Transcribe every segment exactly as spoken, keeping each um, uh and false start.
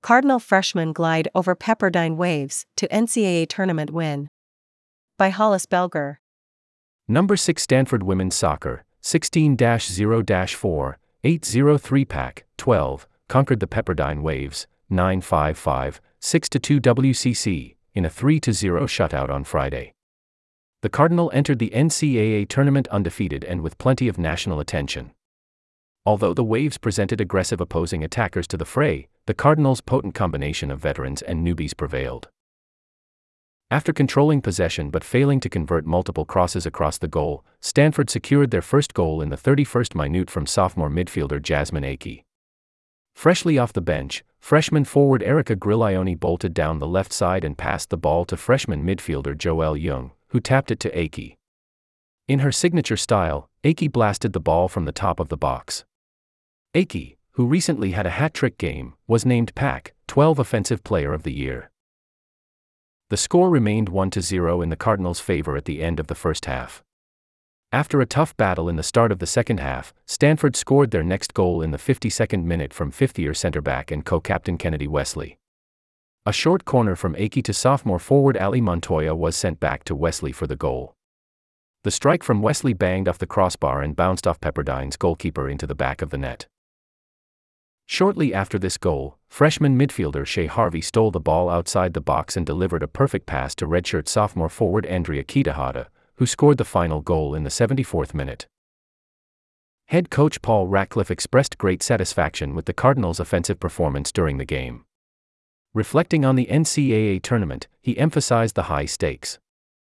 Cardinal freshmen glide over Pepperdine Waves to N C double A tournament win. By Hollis Belger. Number six Stanford Women's Soccer, sixteen dash zero dash four, eight oh three Pac twelve, conquered the Pepperdine Waves, nine five five, six to two W C C, in a three to zero shutout on Friday. The Cardinal entered the N C double A tournament undefeated and with plenty of national attention. Although the Waves presented aggressive opposing attackers to the fray, the Cardinals' potent combination of veterans and newbies prevailed. After controlling possession but failing to convert multiple crosses across the goal, Stanford secured their first goal in the thirty-first minute from sophomore midfielder Jasmine Akey. Freshly off the bench, freshman forward Erica Griglione bolted down the left side and passed the ball to freshman midfielder Joelle Young, who tapped it to Akey. In her signature style, Akey blasted the ball from the top of the box. Akey, who recently had a hat-trick game, was named Pac twelve Offensive Player of the Year. The score remained one to zero in the Cardinals' favor at the end of the first half. After a tough battle in the start of the second half, Stanford scored their next goal in the fifty-second minute from fifth-year center-back and co-captain Kennedy Wesley. A short corner from Akey to sophomore forward Ali Montoya was sent back to Wesley for the goal. The strike from Wesley banged off the crossbar and bounced off Pepperdine's goalkeeper into the back of the net. Shortly after this goal, freshman midfielder Shay Harvey stole the ball outside the box and delivered a perfect pass to redshirt sophomore forward Andrea Kitahara, who scored the final goal in the seventy-fourth minute. Head coach Paul Ratcliffe expressed great satisfaction with the Cardinals' offensive performance during the game. Reflecting on the N C double A tournament, he emphasized the high stakes.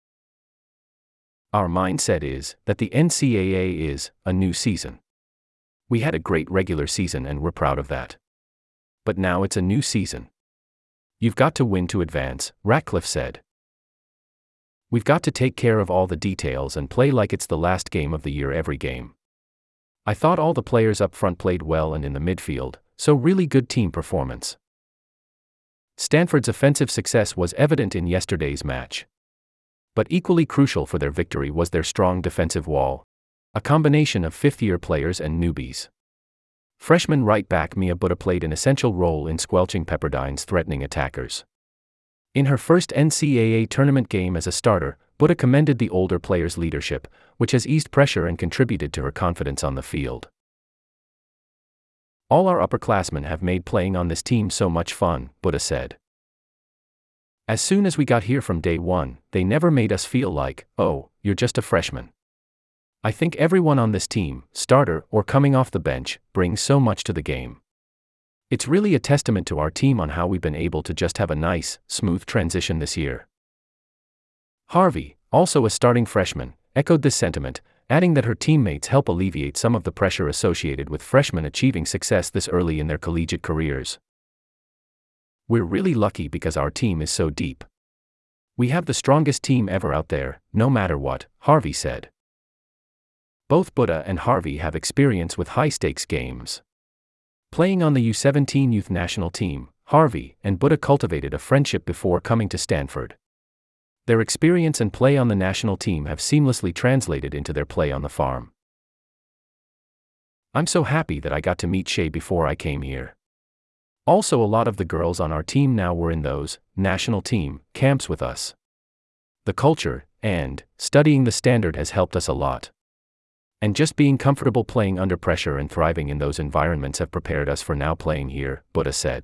Our mindset is that the N C double A is a new season. We had a great regular season and we're proud of that. But now it's a new season. You've got to win to advance, Ratcliffe said. We've got to take care of all the details and play like it's the last game of the year every game. I thought all the players up front played well and in the midfield, so really good team performance. Stanford's offensive success was evident in yesterday's match. But equally crucial for their victory was their strong defensive wall, a combination of fifth-year players and newbies. Freshman right back Mia Buddha played an essential role in squelching Pepperdine's threatening attackers. In her first N C double A tournament game as a starter, Buddha commended the older players' leadership, which has eased pressure and contributed to her confidence on the field. All our upperclassmen have made playing on this team so much fun, Buddha said. As soon as we got here from day one, they never made us feel like, oh, you're just a freshman. I think everyone on this team, starter or coming off the bench, brings so much to the game. It's really a testament to our team on how we've been able to just have a nice, smooth transition this year. Harvey, also a starting freshman, echoed this sentiment, adding that her teammates help alleviate some of the pressure associated with freshmen achieving success this early in their collegiate careers. We're really lucky because our team is so deep. We have the strongest team ever out there, no matter what, Harvey said. Both Buddha and Harvey have experience with high-stakes games. Playing on the U seventeen youth national team, Harvey and Buddha cultivated a friendship before coming to Stanford. Their experience and play on the national team have seamlessly translated into their play on the farm. I'm so happy that I got to meet Shay before I came here. Also, a lot of the girls on our team now were in those national team camps with us. The culture and studying the standard has helped us a lot. And just being comfortable playing under pressure and thriving in those environments have prepared us for now playing here, Buddha said.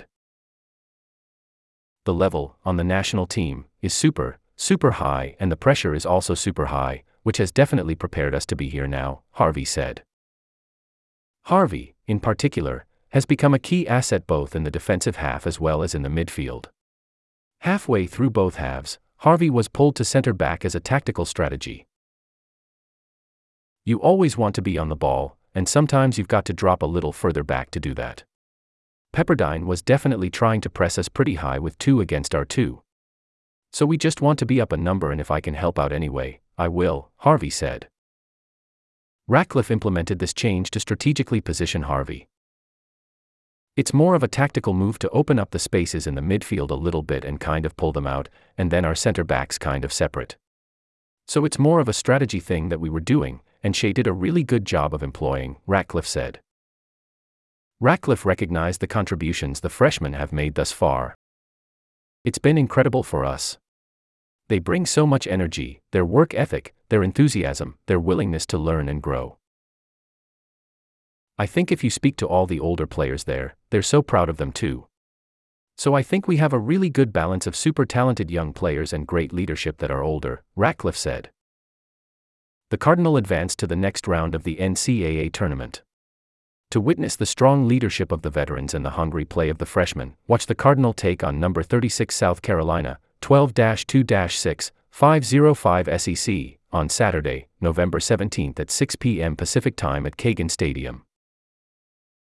The level on the national team is super, super high, and the pressure is also super high, which has definitely prepared us to be here now, Harvey said. Harvey, in particular, has become a key asset both in the defensive half as well as in the midfield. Halfway through both halves, Harvey was pulled to center back as a tactical strategy. You always want to be on the ball, and sometimes you've got to drop a little further back to do that. Pepperdine was definitely trying to press us pretty high with two against our two. So we just want to be up a number, and if I can help out anyway, I will, Harvey said. Ratcliffe implemented this change to strategically position Harvey. It's more of a tactical move to open up the spaces in the midfield a little bit and kind of pull them out, and then our center backs kind of separate. So it's more of a strategy thing that we were doing, and Shay did a really good job of employing, Ratcliffe said. Ratcliffe recognized the contributions the freshmen have made thus far. It's been incredible for us. They bring so much energy, their work ethic, their enthusiasm, their willingness to learn and grow. I think if you speak to all the older players there, they're so proud of them too. So I think we have a really good balance of super talented young players and great leadership that are older, Ratcliffe said. The Cardinal advanced to the next round of the N C double A tournament. To witness the strong leadership of the veterans and the hungry play of the freshmen, watch the Cardinal take on number thirty-six South Carolina, twelve two six, five oh five S E C, on Saturday, November seventeenth at six p m Pacific Time at Kagan Stadium.